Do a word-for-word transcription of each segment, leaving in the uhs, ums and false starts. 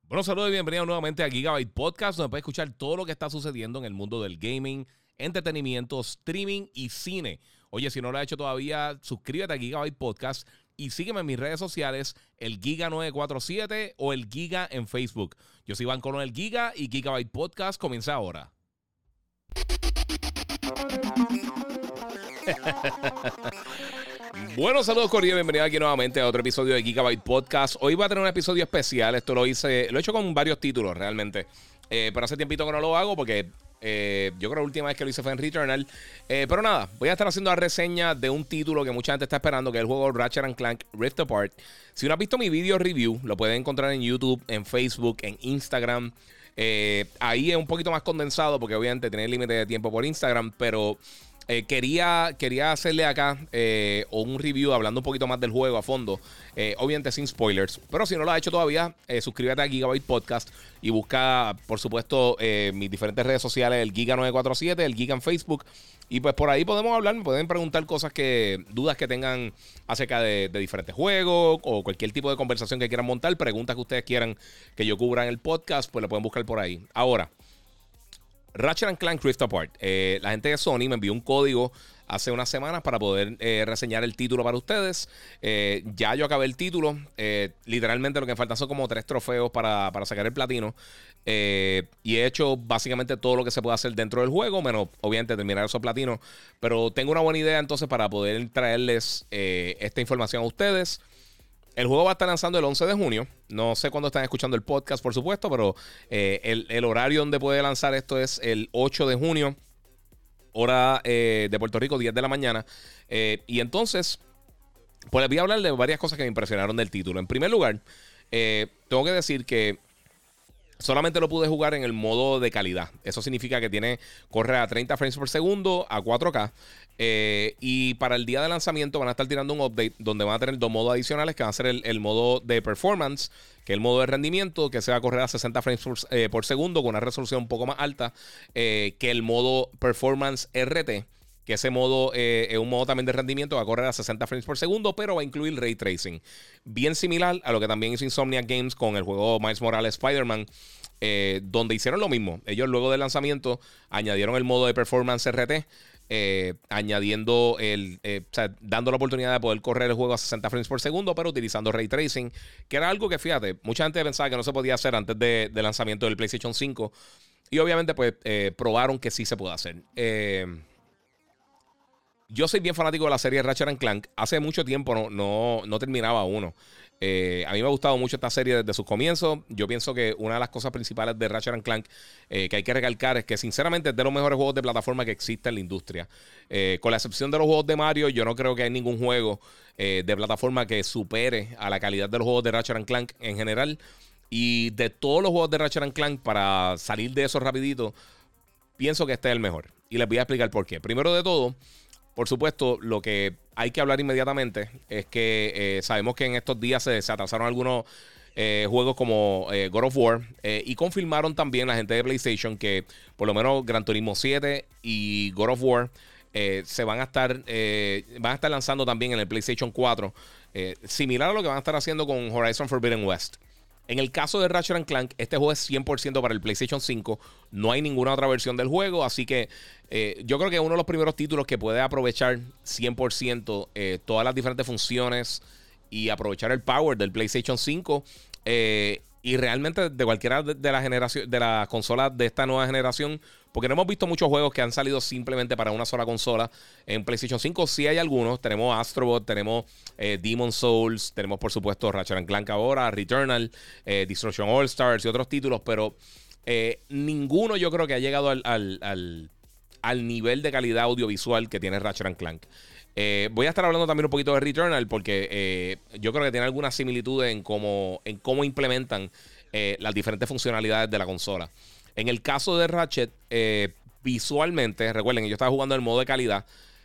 Bueno, saludos y bienvenidos nuevamente a Gigabyte Podcast, donde puedes escuchar todo lo que está sucediendo en el mundo del gaming, entretenimiento, streaming y cine. Oye, si no lo has hecho todavía, suscríbete a Gigabyte Podcast y sígueme en mis redes sociales, el Giga nueve cuatro siete o el Giga en Facebook. Yo soy Iván Colón, el Giga, y Gigabyte Podcast comienza ahora. Bueno, saludos Corillo, bienvenido aquí nuevamente a otro episodio de Gigabyte Podcast. Hoy va a tener un episodio especial. Esto lo hice, lo he hecho con varios títulos realmente, eh, pero hace tiempito que no lo hago porque eh, yo creo que la última vez que lo hice fue en Returnal. eh, Pero nada, voy a estar haciendo la reseña de un título que mucha gente está esperando, que es el juego Ratchet and Clank Rift Apart. Si no has visto mi video review, lo puedes encontrar en YouTube, en Facebook, en Instagram. eh, Ahí es un poquito más condensado porque obviamente tiene límite de tiempo por Instagram, pero... Eh, quería, quería hacerle acá eh, un review hablando un poquito más del juego a fondo, eh, obviamente sin spoilers, pero si no lo has hecho todavía, eh, suscríbete a Gigabyte Podcast y busca, por supuesto, eh, mis diferentes redes sociales, el Giga nueve cuatro siete, el Giga en Facebook, y pues por ahí podemos hablar, me pueden preguntar cosas que, dudas que tengan acerca de, de diferentes juegos o cualquier tipo de conversación que quieran montar, preguntas que ustedes quieran que yo cubra en el podcast, pues lo pueden buscar por ahí. Ahora, Ratchet and Clank Rift Apart. Eh, la gente de Sony me envió un código hace unas semanas para poder eh, reseñar el título para ustedes. Eh, ya yo acabé el título. Eh, literalmente lo que me faltan son como tres trofeos para, para sacar el platino. Eh, y he hecho básicamente todo lo que se puede hacer dentro del juego, menos obviamente terminar esos platinos. Pero tengo una buena idea entonces para poder traerles eh, esta información a ustedes. El juego va a estar lanzando el once de junio. No sé cuándo están escuchando el podcast, por supuesto, pero eh, el, el horario donde puede lanzar esto es el ocho de junio, hora eh, de Puerto Rico, diez de la mañana. Eh, y entonces, pues les voy a hablar de varias cosas que me impresionaron del título. En primer lugar, eh, tengo que decir que solamente lo pude jugar en el modo de calidad. Eso significa que tiene corre a treinta frames por segundo, a cuatro K. Eh, y para el día de lanzamiento van a estar tirando un update donde van a tener dos modos adicionales, que van a ser el, el modo de performance, que es el modo de rendimiento, que se va a correr a sesenta frames por, eh, por segundo con una resolución un poco más alta eh, que el modo performance R T, que ese modo eh, es un modo también de rendimiento, va a correr a sesenta frames por segundo, pero va a incluir ray tracing. Bien similar a lo que también hizo Insomniac Games con el juego Miles Morales Spider-Man, eh, donde hicieron lo mismo. Ellos luego del lanzamiento añadieron el modo de performance R T, eh, añadiendo el, eh, o sea, dando la oportunidad de poder correr el juego a sesenta frames por segundo, pero utilizando ray tracing, que era algo que, fíjate, mucha gente pensaba que no se podía hacer antes de, del lanzamiento del PlayStation cinco. Y obviamente, pues, eh, probaron que sí se puede hacer. Eh... Yo soy bien fanático de la serie Ratchet and Clank. Hace mucho tiempo no, no, no terminaba uno. Eh, a mí me ha gustado mucho esta serie desde sus comienzos. Yo pienso que una de las cosas principales de Ratchet and Clank eh, que hay que recalcar es que sinceramente es de los mejores juegos de plataforma que existe en la industria. Eh, con la excepción de los juegos de Mario, yo no creo que hay ningún juego eh, de plataforma que supere a la calidad de los juegos de Ratchet and Clank en general. Y de todos los juegos de Ratchet and Clank, para salir de eso rapidito, pienso que este es el mejor. Y les voy a explicar por qué. Primero de todo, por supuesto, lo que hay que hablar inmediatamente es que eh, sabemos que en estos días se, se atrasaron algunos eh, juegos como eh, God of War eh, y confirmaron también la gente de PlayStation que por lo menos Gran Turismo siete y God of War eh, se van a estar eh, van a estar lanzando también en el PlayStation cuatro, eh, similar a lo que van a estar haciendo con Horizon Forbidden West. En el caso de Ratchet and Clank, este juego es cien por ciento para el PlayStation cinco. No hay ninguna otra versión del juego. Así que eh, yo creo que es uno de los primeros títulos que puede aprovechar cien por ciento eh, todas las diferentes funciones y aprovechar el power del PlayStation cinco. Eh, y realmente de cualquiera de, de las generación, de las consolas de esta nueva generación, porque no hemos visto muchos juegos que han salido simplemente para una sola consola. En PlayStation cinco sí hay algunos. Tenemos Astrobot, tenemos eh, Demon's Souls, tenemos por supuesto Ratchet and Clank ahora, Returnal, eh, Destruction All Stars y otros títulos, pero eh, ninguno yo creo que ha llegado al, al, al, al nivel de calidad audiovisual que tiene Ratchet and Clank. Eh, voy a estar hablando también un poquito de Returnal porque eh, yo creo que tiene algunas similitudes en cómo, en cómo implementan eh, las diferentes funcionalidades de la consola. En el caso de Ratchet, eh, visualmente, recuerden que yo estaba jugando en el modo de calidad,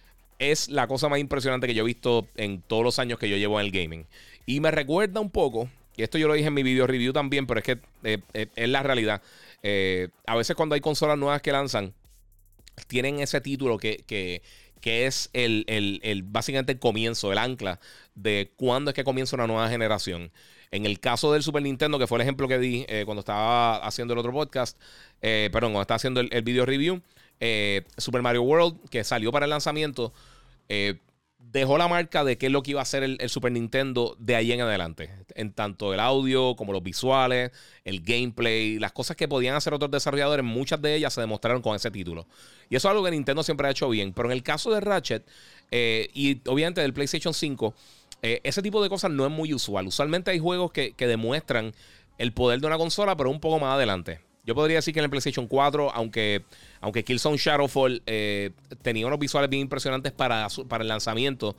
es la cosa más impresionante que yo he visto en todos los años que yo llevo en el gaming. Y me recuerda un poco, y esto yo lo dije en mi video review también, pero es que eh, eh, es la realidad. Eh, a veces cuando hay consolas nuevas que lanzan, tienen ese título que... que que es el, el, el, básicamente el comienzo, el ancla de cuándo es que comienza una nueva generación. En el caso del Super Nintendo, que fue el ejemplo que di eh, cuando estaba haciendo el otro podcast, eh, perdón, cuando estaba haciendo el, el video review, eh, Super Mario World, que salió para el lanzamiento, eh, dejó la marca de qué es lo que iba a hacer el, el Super Nintendo de ahí en adelante. En tanto el audio como los visuales, el gameplay, las cosas que podían hacer otros desarrolladores, muchas de ellas se demostraron con ese título. Y eso es algo que Nintendo siempre ha hecho bien. Pero en el caso de Ratchet, eh, y obviamente del PlayStation cinco, eh, ese tipo de cosas no es muy usual. Usualmente hay juegos que, que demuestran el poder de una consola, pero un poco más adelante. Yo podría decir que en el PlayStation cuatro, aunque, aunque Killzone Shadowfall eh, tenía unos visuales bien impresionantes para, para el lanzamiento,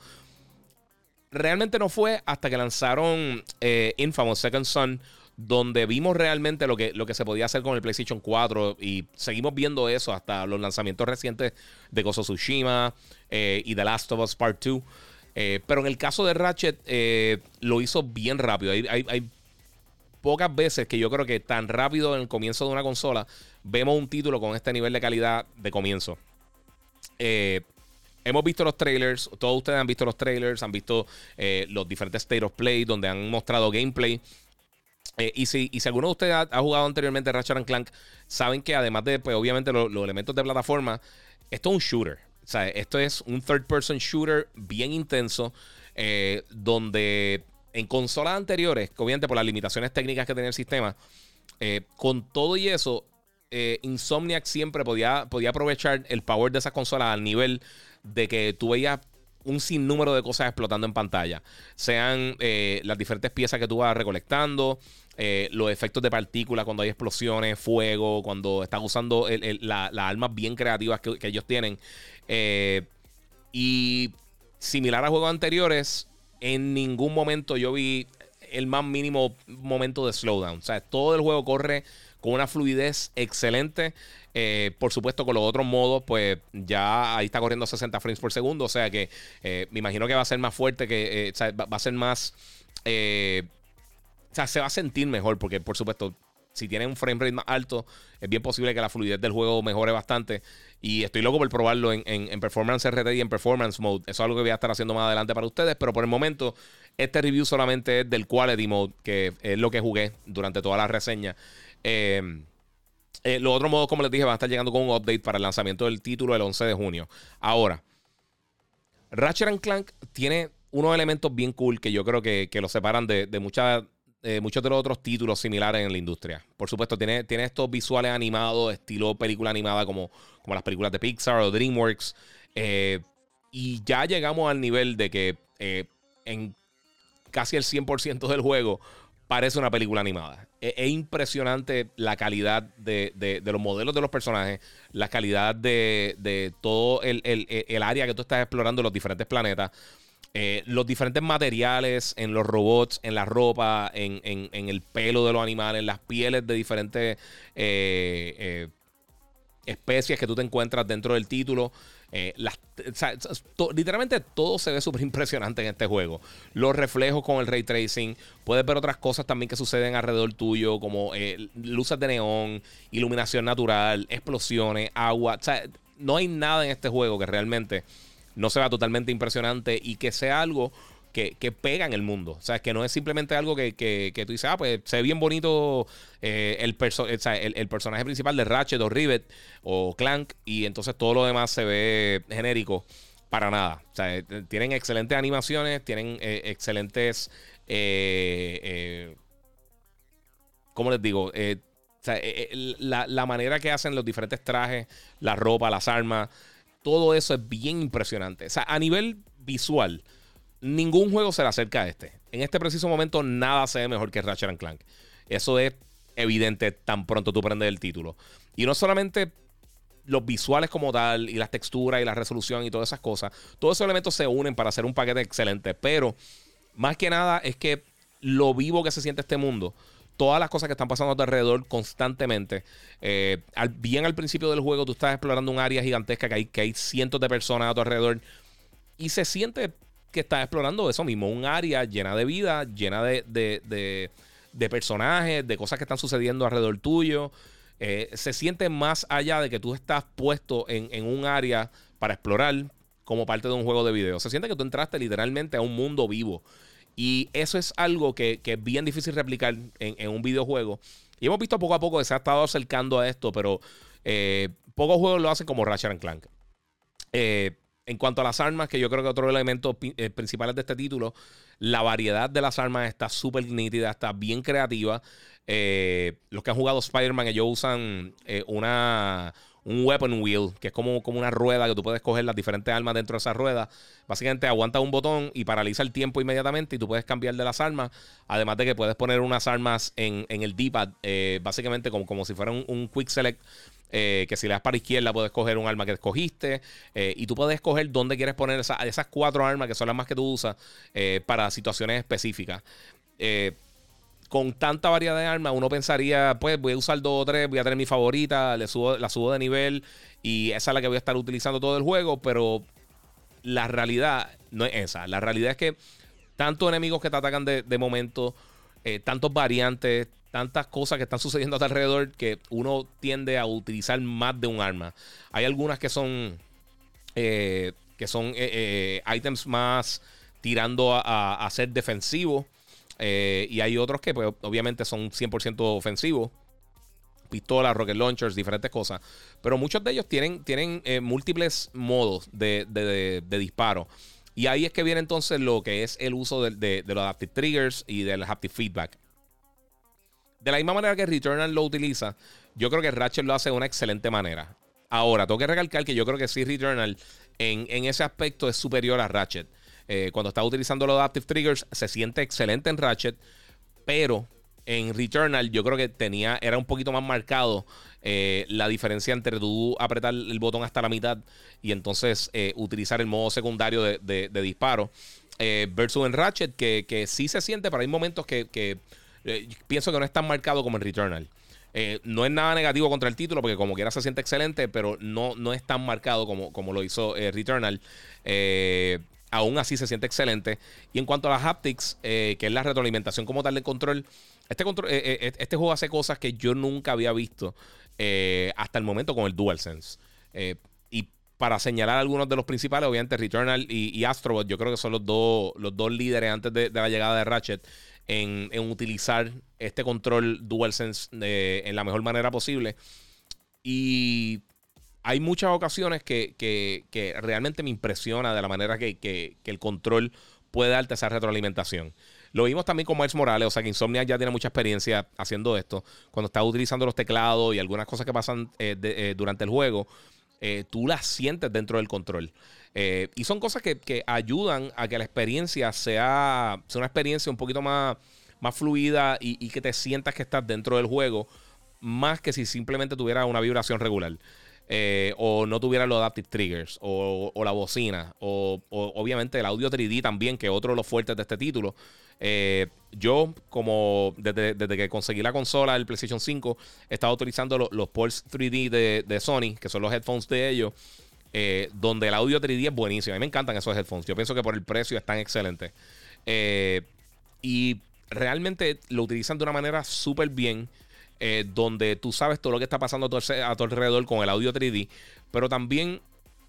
realmente no fue hasta que lanzaron eh, Infamous Second Son, donde vimos realmente lo que, lo que se podía hacer con el PlayStation cuatro, y seguimos viendo eso hasta los lanzamientos recientes de Ghost of Tsushima eh, y The Last of Us Part dos. Eh, pero en el caso de Ratchet eh, lo hizo bien rápido. Hay, hay, hay pocas veces que yo creo que tan rápido en el comienzo de una consola vemos un título con este nivel de calidad de comienzo. Eh, hemos visto los trailers, todos ustedes han visto los trailers, han visto eh, los diferentes State of Play donde han mostrado gameplay. Eh, y, si, y si alguno de ustedes ha, ha jugado anteriormente Ratchet and Clank, saben que además de, pues, obviamente, lo, los elementos de plataforma, esto es un shooter. O sea, esto es un third-person shooter bien intenso, eh, donde en consolas anteriores, que obviamente por las limitaciones técnicas que tenía el sistema, eh, con todo y eso, eh, Insomniac siempre podía, podía aprovechar el power de esas consolas al nivel de que tú veías un sinnúmero de cosas explotando en pantalla. Sean eh, las diferentes piezas que tú vas recolectando, eh, los efectos de partículas cuando hay explosiones, fuego, cuando estás usando el, el, la, las armas bien creativas que, que ellos tienen. Eh, y similar a juegos anteriores, en ningún momento yo vi el más mínimo momento de slowdown. O sea, todo el juego corre con una fluidez excelente. Eh, por supuesto, con los otros modos, pues ya ahí está corriendo sesenta frames por segundo. O sea que eh, me imagino que va a ser más fuerte, que eh, o sea, va, va a ser más... Eh, o sea, se va a sentir mejor porque, por supuesto, si tiene un frame rate más alto, es bien posible que la fluidez del juego mejore bastante. Y estoy loco por probarlo en, en, en Performance R T y en Performance Mode. Eso es algo que voy a estar haciendo más adelante para ustedes. Pero por el momento, este review solamente es del Quality Mode, que es lo que jugué durante toda la reseña. Eh, eh, los otros modos, como les dije, van a estar llegando con un update para el lanzamiento del título el once de junio. Ahora, Ratchet and Clank tiene unos elementos bien cool que yo creo que, que lo separan de, de muchas... Eh, muchos de los otros títulos similares en la industria. Por supuesto, tiene, tiene estos visuales animados, estilo película animada, como, como las películas de Pixar o DreamWorks. Eh, y ya llegamos al nivel de que eh, en casi el cien por ciento del juego parece una película animada. Es, es impresionante la calidad de, de, de los modelos de los personajes, la calidad de, de todo el, el, el área que tú estás explorando, los diferentes planetas. Eh, los diferentes materiales en los robots, en la ropa, en, en, en el pelo de los animales, en las pieles de diferentes eh, eh, especies que tú te encuentras dentro del título. Eh, las, o sea, to, literalmente todo se ve súper impresionante en este juego. Los reflejos con el ray tracing. Puedes ver otras cosas también que suceden alrededor tuyo, como eh, luces de neón, iluminación natural, explosiones, agua. O sea, no hay nada en este juego que realmente no se vea totalmente impresionante y que sea algo que, que pega en el mundo. O sea, que no es simplemente algo que, que, que tú dices, ah, pues se ve bien bonito eh, el, perso o sea, el, el personaje principal de Ratchet o Rivet o Clank, y entonces todo lo demás se ve genérico. Para nada. O sea, tienen excelentes animaciones, tienen eh, excelentes... Eh, eh, ¿Cómo les digo? Eh, o sea, eh, la, la manera que hacen los diferentes trajes, la ropa, las armas... Todo eso es bien impresionante. O sea, a nivel visual, ningún juego se le acerca a este. En este preciso momento, nada se ve mejor que Ratchet and Clank. Eso es evidente tan pronto tú prendes el título. Y no solamente los visuales como tal, y las texturas, y la resolución, y todas esas cosas. Todos esos elementos se unen para hacer un paquete excelente. Pero, más que nada, es que lo vivo que se siente este mundo. Todas las cosas que están pasando a tu alrededor constantemente. Eh, al, bien al principio del juego, tú estás explorando un área gigantesca que hay, que hay cientos de personas a tu alrededor. Y se siente que estás explorando eso mismo. Un área llena de vida, llena de, de, de, de personajes, de cosas que están sucediendo alrededor tuyo. Eh, se siente más allá de que tú estás puesto en, en un área para explorar como parte de un juego de video. Se siente que tú entraste literalmente a un mundo vivo. Y eso es algo que, que es bien difícil replicar en, en un videojuego. Y hemos visto poco a poco que se ha estado acercando a esto, pero eh, pocos juegos lo hacen como Ratchet and Clank. Eh, en cuanto a las armas, que yo creo que otro elemento eh, principal de este título, la variedad de las armas está súper nítida, está bien creativa. Eh, los que han jugado Spider-Man, ellos usan eh, una... un weapon wheel, que es como, como una rueda que tú puedes coger las diferentes armas dentro de esa rueda. Básicamente aguanta un botón y paraliza el tiempo inmediatamente y tú puedes cambiar de las armas. Además de que puedes poner unas armas en, en el D-pad, eh, básicamente como, como si fuera un, un quick select. Eh, que si le das para izquierda puedes coger un arma que escogiste, eh, y tú puedes escoger dónde quieres poner esa, esas cuatro armas que son las más que tú usas eh, para situaciones específicas. Eh, con tanta variedad de armas, uno pensaría, pues voy a usar dos o tres, voy a tener mi favorita, le subo, la subo de nivel y esa es la que voy a estar utilizando todo el juego, pero la realidad no es esa. La realidad es que tantos enemigos que te atacan de, de momento, eh, tantos variantes, tantas cosas que están sucediendo a tu alrededor, que uno tiende a utilizar más de un arma. Hay algunas que son eh, que son eh, eh, items más tirando a, a, a ser defensivos. Eh, y hay otros que pues, obviamente son cien por ciento ofensivos. Pistolas, rocket launchers, diferentes cosas. Pero muchos de ellos tienen, tienen eh, múltiples modos de, de, de, de disparo. Y ahí es que viene entonces lo que es el uso de, de, de los adaptive triggers y del haptic feedback. De la misma manera que Returnal lo utiliza, yo creo que Ratchet lo hace de una excelente manera. Ahora, tengo que recalcar que yo creo que sí, Returnal en, en ese aspecto es superior a Ratchet. Eh, cuando está utilizando los adaptive triggers, se siente excelente en Ratchet, pero en Returnal yo creo que tenía, era un poquito más marcado eh, la diferencia entre tú apretar el botón hasta la mitad y entonces eh, utilizar el modo secundario de, de, de disparo. Eh, versus en Ratchet, que, que sí se siente, pero hay momentos que, que eh, pienso que no es tan marcado como en Returnal. Eh, no es nada negativo contra el título, porque como quiera se siente excelente, pero no, no es tan marcado como, como lo hizo eh, Returnal. Eh, aún así se siente excelente. Y en cuanto a las haptics, eh, que es la retroalimentación como tal del control, este, control eh, eh, este juego hace cosas que yo nunca había visto eh, hasta el momento con el DualSense. Eh, y para señalar algunos de los principales, obviamente Returnal y, y Astrobot, yo creo que son los dos, los dos líderes antes de, de la llegada de Ratchet en, en utilizar este control DualSense eh, en la mejor manera posible. Y hay muchas ocasiones que, que, que realmente me impresiona de la manera que, que, que el control puede darte esa retroalimentación. Lo vimos también con Miles Morales, o sea que Insomniac ya tiene mucha experiencia haciendo esto. Cuando está utilizando los teclados y algunas cosas que pasan eh, de, eh, durante el juego, eh, tú las sientes dentro del control. Eh, y son cosas que, que ayudan a que la experiencia sea, sea una experiencia un poquito más, más fluida y, y que te sientas que estás dentro del juego, más que si simplemente tuviera una vibración regular. Eh, o no tuviera los adaptive triggers o, o la bocina o, o obviamente el audio tres D también, que es otro de los fuertes de este título. Eh, yo como desde, desde que conseguí la consola, el PlayStation cinco, he estado utilizando lo, los ports tres D de, de Sony, que son los headphones de ellos, eh, donde el audio tres D es buenísimo. A mí me encantan esos headphones, yo pienso que por el precio están excelentes. eh, y realmente lo utilizan de una manera súper bien. Eh, donde tú sabes todo lo que está pasando a tu, a tu alrededor con el audio tres D, pero también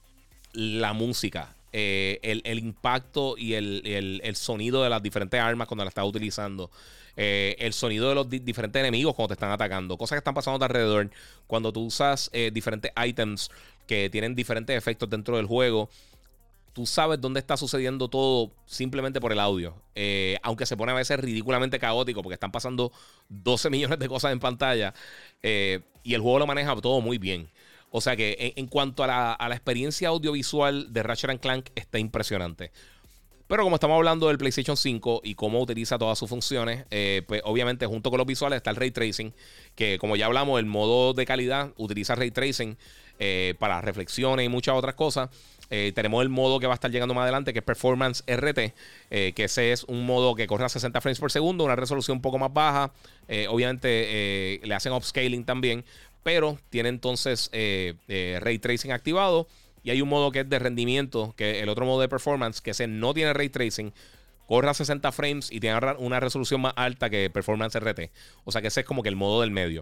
la música, eh, el, el impacto y el, el, el sonido de las diferentes armas cuando las estás utilizando, eh, el sonido de los di diferentes enemigos cuando te están atacando, cosas que están pasando a tu alrededor, cuando tú usas eh, diferentes items que tienen diferentes efectos dentro del juego. Tú sabes dónde está sucediendo todo simplemente por el audio. Eh, aunque se pone a veces ridículamente caótico porque están pasando doce millones de cosas en pantalla. Eh, y el juego lo maneja todo muy bien. O sea que en, en cuanto a la, a la experiencia audiovisual de Ratchet and Clank, está impresionante. Pero como estamos hablando del PlayStation cinco y cómo utiliza todas sus funciones, eh, pues obviamente junto con los visuales está el Ray Tracing, que como ya hablamos, el modo de calidad utiliza Ray Tracing eh, para reflexiones y muchas otras cosas. Eh, tenemos el modo que va a estar llegando más adelante, que es Performance R T, eh, que ese es un modo que corre a sesenta frames por segundo, una resolución un poco más baja. Eh, obviamente eh, le hacen upscaling también, pero tiene entonces eh, eh, Ray Tracing activado. Y hay un modo que es de rendimiento, que el otro modo de Performance, que ese no tiene Ray Tracing, corre a sesenta frames y tiene una resolución más alta que Performance R T. O sea que ese es como que el modo del medio.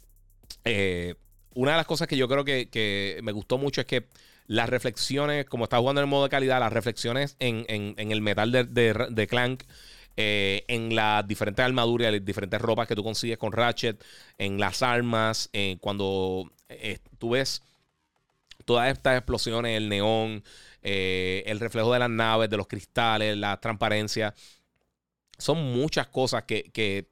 Eh, una de las cosas que yo creo que, que me gustó mucho es que las reflexiones, como está jugando en el modo de calidad, las reflexiones en, en, en el metal de, de, de Clank eh, en las diferentes armaduras, las diferentes ropas que tú consigues con Ratchet, en las armas, eh, cuando eh, tú ves todas estas explosiones, el neón, eh, el reflejo de las naves, de los cristales, la transparencia. Son muchas cosas que, que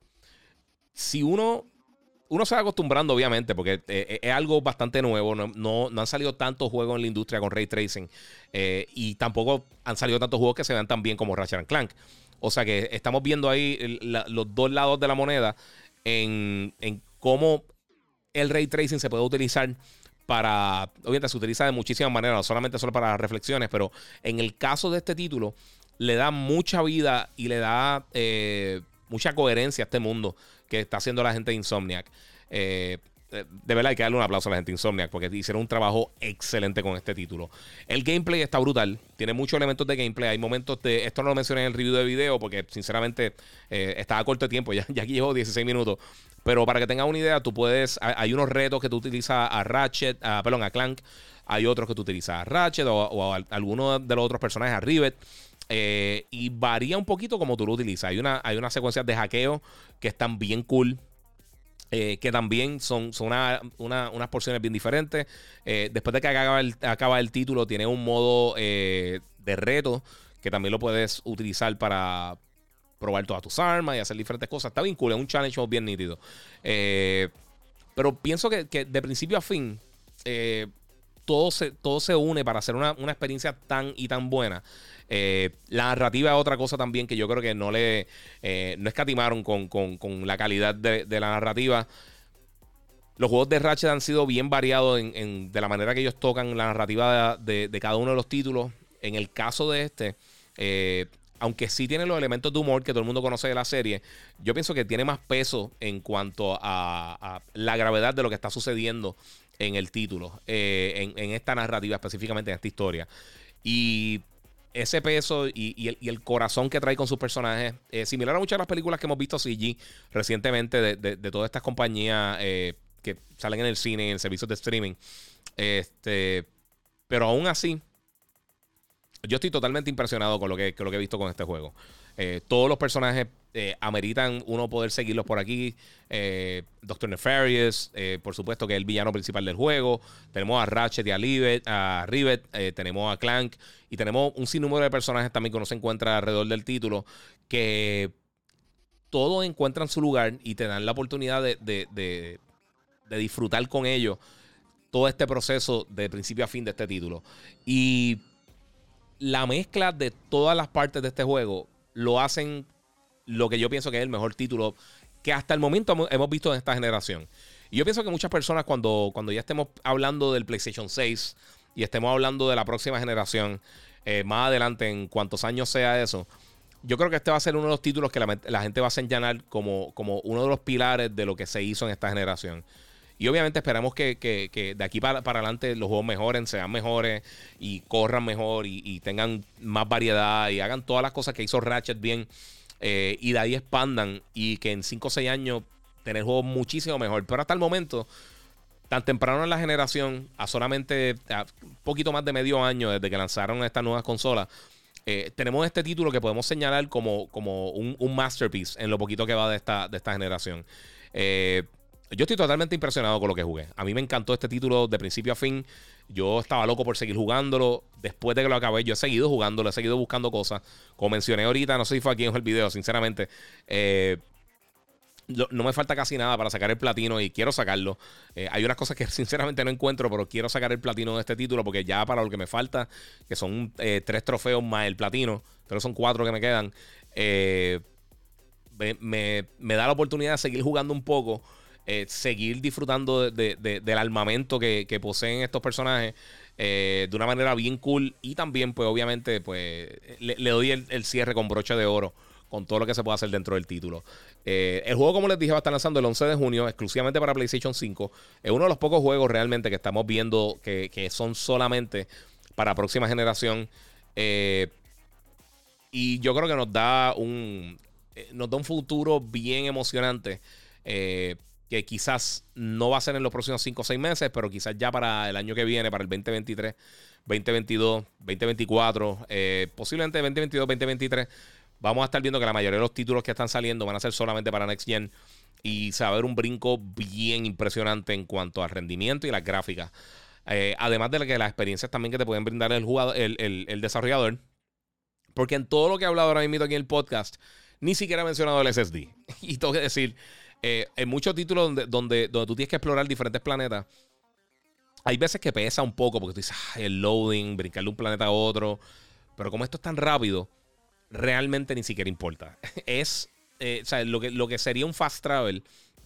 si uno, uno se va acostumbrando, obviamente, porque eh, es algo bastante nuevo. No, no, no han salido tantos juegos en la industria con Ray Tracing. Eh, y tampoco han salido tantos juegos que se vean tan bien como Ratchet and Clank. O sea que estamos viendo ahí el, la, los dos lados de la moneda en, en cómo el Ray Tracing se puede utilizar para... Obviamente se utiliza de muchísimas maneras, no solamente solo para reflexiones, pero en el caso de este título le da mucha vida y le da eh, mucha coherencia a este mundo que está haciendo la gente de Insomniac. Eh, de verdad hay que darle un aplauso a la gente de Insomniac porque hicieron un trabajo excelente con este título. El gameplay está brutal, tiene muchos elementos de gameplay. Hay momentos de... Esto no lo mencioné en el review de video porque sinceramente eh, estaba a corto de tiempo, ya, ya aquí llevo dieciséis minutos. Pero para que tengas una idea, tú puedes... Hay unos retos que tú utilizas a Ratchet, a, perdón, a Clank. Hay otros que tú utilizas a Ratchet o, o a, a alguno de los otros personajes, a Rivet. Eh, y varía un poquito como tú lo utilizas. Hay una, hay unas secuencias de hackeo que están bien cool. Eh, que también son, son una, una, unas porciones bien diferentes. Eh, después de que acaba el, acaba el título, tiene un modo eh, de reto que también lo puedes utilizar para probar todas tus armas y hacer diferentes cosas. Está bien cool, es un challenge mode bien nítido. Eh, pero pienso que, que de principio a fin, eh, todo, se, todo se une para hacer una, una experiencia tan y tan buena. Eh, la narrativa es otra cosa también que yo creo que no le eh, no escatimaron con, con, con la calidad de, de la narrativa. Los juegos de Ratchet han sido bien variados en, en, de la manera que ellos tocan la narrativa de, de, de cada uno de los títulos. En el caso de este, eh, aunque sí tiene los elementos de humor que todo el mundo conoce de la serie, yo pienso que tiene más peso en cuanto a, a la gravedad de lo que está sucediendo en el título, eh, en, en esta narrativa específicamente, en esta historia. Y ese peso y, y, el, y el corazón que trae con sus personajes, eh, similar a muchas de las películas que hemos visto C G recientemente de, de, de todas estas compañías eh, que salen en el cine, en servicios de streaming. Este, pero aún así, yo estoy totalmente impresionado con lo que, con lo que he visto con este juego. Eh, todos los personajes eh, ameritan uno poder seguirlos por aquí. Eh, doctor Nefarious, eh, por supuesto, que es el villano principal del juego. Tenemos a Ratchet y a Rivet. A Rivet eh, tenemos a Clank. Y tenemos un sinnúmero de personajes también que uno se encuentra alrededor del título. Que todos encuentran su lugar y te dan la oportunidad de, de, de, de disfrutar con ellos todo este proceso de principio a fin de este título. Y la mezcla de todas las partes de este juego lo hacen lo que yo pienso que es el mejor título que hasta el momento hemos visto en esta generación. Y yo pienso que muchas personas cuando, cuando ya estemos hablando del PlayStation seis y estemos hablando de la próxima generación, eh, más adelante, en cuantos años sea eso, yo creo que este va a ser uno de los títulos que la, la gente va a señalar como, como uno de los pilares de lo que se hizo en esta generación. Y obviamente esperamos que, que, que de aquí para, para adelante los juegos mejoren, sean mejores y corran mejor y, y tengan más variedad y hagan todas las cosas que hizo Ratchet bien, eh, y de ahí expandan y que en cinco o seis años tener juegos muchísimo mejor. Pero hasta el momento, tan temprano en la generación, a solamente a un poquito más de medio año desde que lanzaron estas nuevas consolas, eh, tenemos este título que podemos señalar como, como un, un masterpiece en lo poquito que va de esta, de esta generación. Eh, Yo estoy totalmente impresionado con lo que jugué. A mí me encantó este título de principio a fin. Yo estaba loco por seguir jugándolo. Después de que lo acabé, yo he seguido jugándolo, he seguido buscando cosas. Como mencioné ahorita, no sé si fue aquí en el video, sinceramente. Eh, lo, no me falta casi nada para sacar el platino y quiero sacarlo. Eh, hay unas cosas que sinceramente no encuentro, pero quiero sacar el platino de este título porque ya para lo que me falta, que son eh, tres trofeos más el platino, pero son cuatro que me quedan, eh, me, me, me da la oportunidad de seguir jugando un poco. Eh, seguir disfrutando de, de, de, del armamento que, que poseen estos personajes eh, de una manera bien cool. Y también, pues, obviamente, pues le, le doy el, el cierre con broche de oro con todo lo que se puede hacer dentro del título. Eh, el juego, como les dije, va a estar lanzando el once de junio exclusivamente para PlayStation cinco. Es uno de los pocos juegos realmente que estamos viendo que, que son solamente para próxima generación. Eh, y yo creo que nos da un, nos da un futuro bien emocionante. Eh, que quizás no va a ser en los próximos cinco o seis meses, pero quizás ya para el año que viene, para el veinte veintitrés, veinte veintidós, veinte veinticuatro, eh, posiblemente veinte veintidós, veinte veintitrés, vamos a estar viendo que la mayoría de los títulos que están saliendo van a ser solamente para Next Gen. Y se va a ver un brinco bien impresionante en cuanto al rendimiento y las gráficas. Eh, además de que las experiencias también que te pueden brindar el, jugador, el, el, el desarrollador. Porque en todo lo que he hablado ahora mismo aquí en el podcast, ni siquiera he mencionado el S S D. Y tengo que decir, eh, en muchos títulos donde, donde, donde tú tienes que explorar diferentes planetas, hay veces que pesa un poco porque tú dices, ah, el loading, brincar de un planeta a otro. Pero como esto es tan rápido, realmente ni siquiera importa. Es, eh, o sea, lo que, lo que sería un fast travel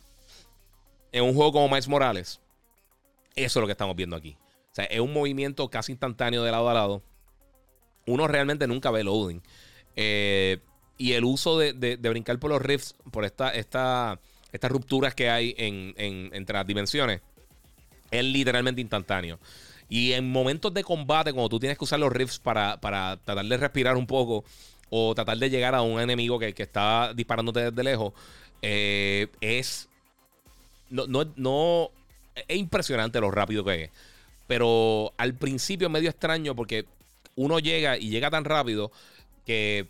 en un juego como Miles Morales, eso es lo que estamos viendo aquí. O sea, es un movimiento casi instantáneo de lado a lado. Uno realmente nunca ve loading. Eh, y el uso de, de, de brincar por los rifts, por esta, esta, estas rupturas que hay en, en, entre las dimensiones, es literalmente instantáneo. Y en momentos de combate, cuando tú tienes que usar los rifts para, para tratar de respirar un poco o tratar de llegar a un enemigo que, que está disparándote desde lejos, eh, es... No, no, no, es impresionante lo rápido que es. Pero al principio es medio extraño porque uno llega y llega tan rápido que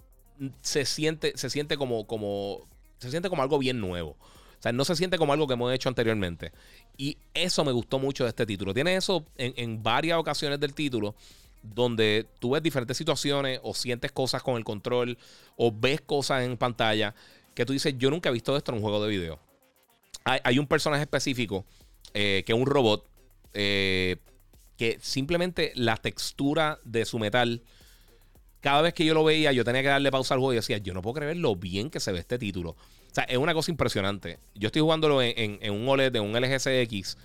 se siente, se siente como, como, se siente como algo bien nuevo. O sea, no se siente como algo que hemos hecho anteriormente. Y eso me gustó mucho de este título. Tiene eso en, en varias ocasiones del título, donde tú ves diferentes situaciones o sientes cosas con el control o ves cosas en pantalla que tú dices, yo nunca he visto esto en un juego de video. Hay, hay un personaje específico eh, que es un robot eh, que simplemente la textura de su metal, cada vez que yo lo veía, yo tenía que darle pausa al juego y decía, yo no puedo creer lo bien que se ve este título. O sea, es una cosa impresionante. Yo estoy jugándolo en, en, en un O L E D, en un L G C X,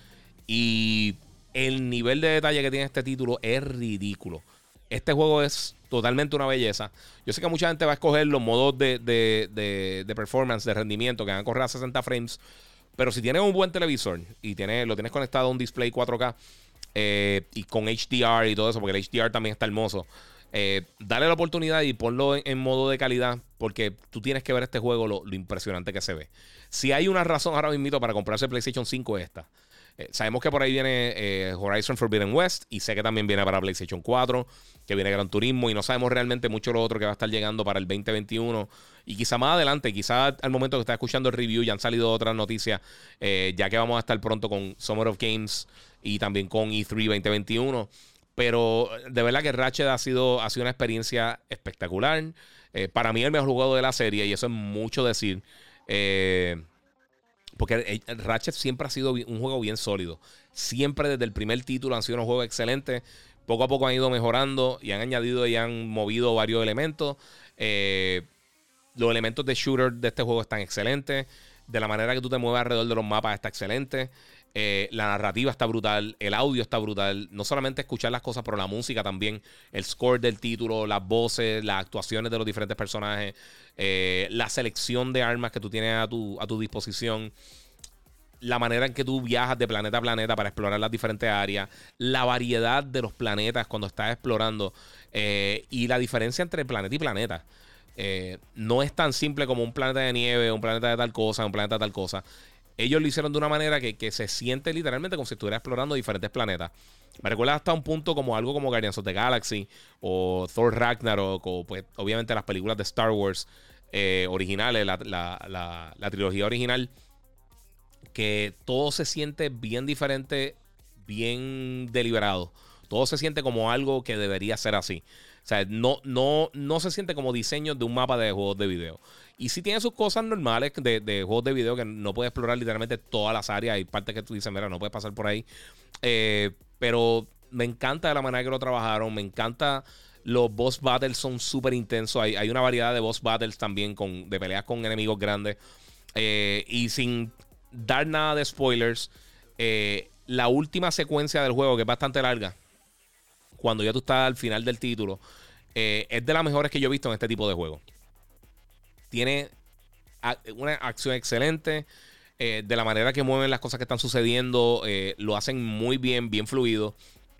y el nivel de detalle que tiene este título es ridículo. Este juego es totalmente una belleza. Yo sé que mucha gente va a escoger los modos de, de, de, de performance, de rendimiento, que van a correr a sesenta frames. Pero si tienes un buen televisor y tienes, lo tienes conectado a un display cuatro K eh, y con H D R y todo eso, porque el H D R también está hermoso, eh, dale la oportunidad y ponlo en, en modo de calidad, porque tú tienes que ver este juego lo, lo impresionante que se ve. Si hay una razón ahora mismo para comprarse el PlayStation cinco, esta. Eh, sabemos que por ahí viene eh, Horizon Forbidden West, y sé que también viene para PlayStation cuatro, que viene Gran Turismo, y no sabemos realmente mucho lo otro que va a estar llegando para el veinte veintiuno, y quizá más adelante, quizá al momento que estás escuchando el review ya han salido otras noticias, eh, ya que vamos a estar pronto con Summer of Games y también con E tres veinte veintiuno. Pero de verdad que Ratchet ha sido, ha sido una experiencia espectacular. Eh, para mí el mejor juego de la serie, y eso es mucho decir. Eh, porque Ratchet siempre ha sido un juego bien sólido. Siempre desde el primer título han sido unos juegos excelentes. Poco a poco han ido mejorando y han añadido y han movido varios elementos. Eh, los elementos de shooter de este juego están excelentes. De la manera que tú te mueves alrededor de los mapas está excelente. Eh, la narrativa está brutal. El audio está brutal. No solamente escuchar las cosas, pero la música también. El score del título, las voces, las actuaciones de los diferentes personajes. Eh, la selección de armas que tú tienes a tu, a tu disposición. La manera en que tú viajas de planeta a planeta para explorar las diferentes áreas. La variedad de los planetas cuando estás explorando. Eh, y la diferencia entre planeta y planeta. Eh, no es tan simple como un planeta de nieve, un planeta de tal cosa, un planeta de tal cosa. Ellos lo hicieron de una manera que, que se siente literalmente como si estuviera explorando diferentes planetas. Me recuerda hasta un punto como algo como Guardians of the Galaxy o Thor Ragnarok, o pues obviamente las películas de Star Wars eh, originales, la, la, la, la trilogía original, que todo se siente bien diferente, bien deliberado. Todo se siente como algo que debería ser así. O sea, no, no, no se siente como diseño de un mapa de juegos de video. Y sí tiene sus cosas normales de, de juegos de video, que no puedes explorar literalmente todas las áreas. Hay partes que tú dices, mira, no puedes pasar por ahí. Eh, pero me encanta de la manera que lo trabajaron. Me encanta. Los boss battles son súper intensos. Hay, hay una variedad de boss battles también con, de peleas con enemigos grandes. Eh, y sin dar nada de spoilers, eh, la última secuencia del juego, que es bastante larga, cuando ya tú estás al final del título, eh, es de las mejores que yo he visto en este tipo de juego. Tiene a, una acción excelente. Eh, de la manera que mueven las cosas que están sucediendo, eh, lo hacen muy bien, bien fluido.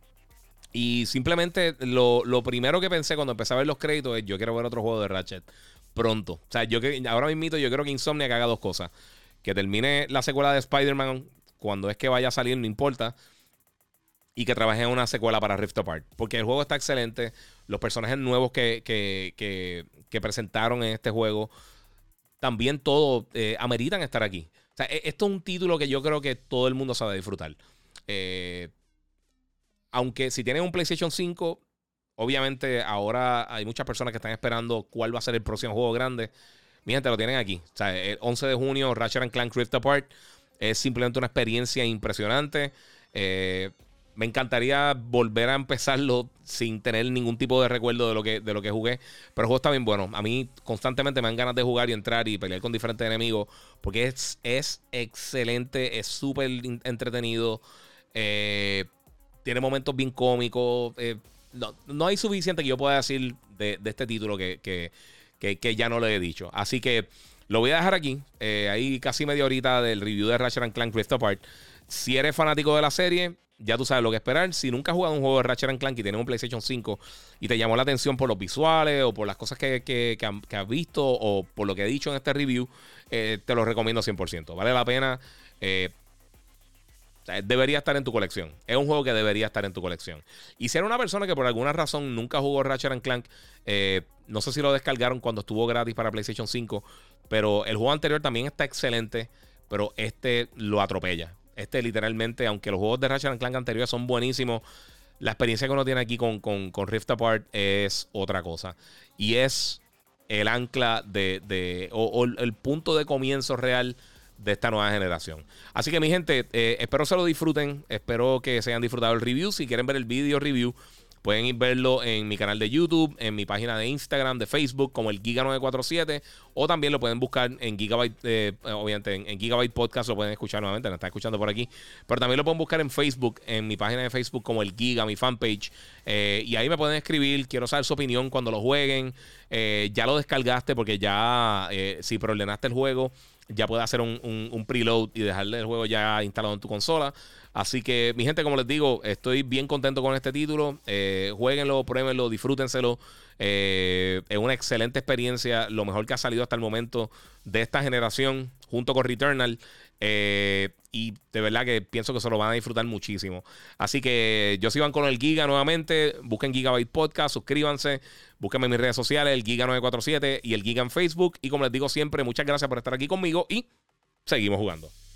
Y simplemente lo, lo primero que pensé cuando empecé a ver los créditos es: yo quiero ver otro juego de Ratchet pronto. O sea, yo que ahora mismo yo creo que Insomniac haga dos cosas: que termine la secuela de Spider-Man cuando es que vaya a salir, no importa. y que trabajen en una secuela para Rift Apart. Porque el juego está excelente. Los personajes nuevos que, que, que, que presentaron en este juego también todo eh, ameritan estar aquí. O sea, esto es un título que yo creo que todo el mundo sabe disfrutar. Eh, aunque si tienen un PlayStation cinco, obviamente ahora hay muchas personas que están esperando cuál va a ser el próximo juego grande. Mi gente, lo tienen aquí. O sea, el once de junio, Ratchet and Clank Rift Apart es simplemente una experiencia impresionante. Eh, me encantaría volver a empezarlo sin tener ningún tipo de recuerdo de lo que, de lo que jugué. Pero el juego está bien bueno. A mí constantemente me dan ganas de jugar y entrar y pelear con diferentes enemigos. Porque es, es excelente, es súper entretenido. Eh, tiene momentos bien cómicos. Eh, no, no hay suficiente que yo pueda decir de, de este título que, que, que, que ya no lo he dicho. Así que lo voy a dejar aquí. Eh, hay casi media horita del review de Ratchet and Clank Rift Apart. Si eres fanático de la serie, ya tú sabes lo que esperar. Si nunca has jugado un juego de Ratchet and Clank y tienes un PlayStation cinco y te llamó la atención por los visuales o por las cosas que, que, que, que has visto o por lo que he dicho en este review, eh, te lo recomiendo cien por ciento. Vale la pena. Eh, debería estar en tu colección. Es un juego que debería estar en tu colección. Y si eres una persona que por alguna razón nunca jugó Ratchet and Clank, eh, no sé si lo descargaron cuando estuvo gratis para PlayStation cinco, pero el juego anterior también está excelente, pero este lo atropella. Este literalmente, aunque los juegos de Ratchet and Clank anteriores son buenísimos, la experiencia que uno tiene aquí con, con, con Rift Apart es otra cosa. Y es el ancla de, de o, o el punto de comienzo real de esta nueva generación. Así que mi gente, eh, espero se lo disfruten. Espero que se hayan disfrutado el review. Si quieren ver el video review, pueden ir verlo en mi canal de YouTube, en mi página de Instagram, de Facebook, como el Giga nueve cuatro siete, o también lo pueden buscar en Gigabyte, eh, obviamente en, en Gigabyte Podcast, lo pueden escuchar nuevamente, lo están escuchando por aquí, pero también lo pueden buscar en Facebook, en mi página de Facebook como el Giga, mi fanpage, eh, y ahí me pueden escribir, quiero saber su opinión cuando lo jueguen, eh, ya lo descargaste porque ya, eh, si preordenaste el juego, ya puedes hacer un, un, un preload y dejarle el juego ya instalado en tu consola. Así que, mi gente, como les digo, estoy bien contento con este título. Eh, jueguenlo, pruébenlo, disfrútenselo. Eh, es una excelente experiencia. Lo mejor que ha salido hasta el momento de esta generación, junto con Returnal. Eh, y de verdad que pienso que se lo van a disfrutar muchísimo. Así que yo sigan con el Giga nuevamente. Busquen Gigabyte Podcast, suscríbanse. Búsquenme en mis redes sociales, el Giga nueve cuatro siete y el Giga en Facebook. Y como les digo siempre, muchas gracias por estar aquí conmigo y seguimos jugando.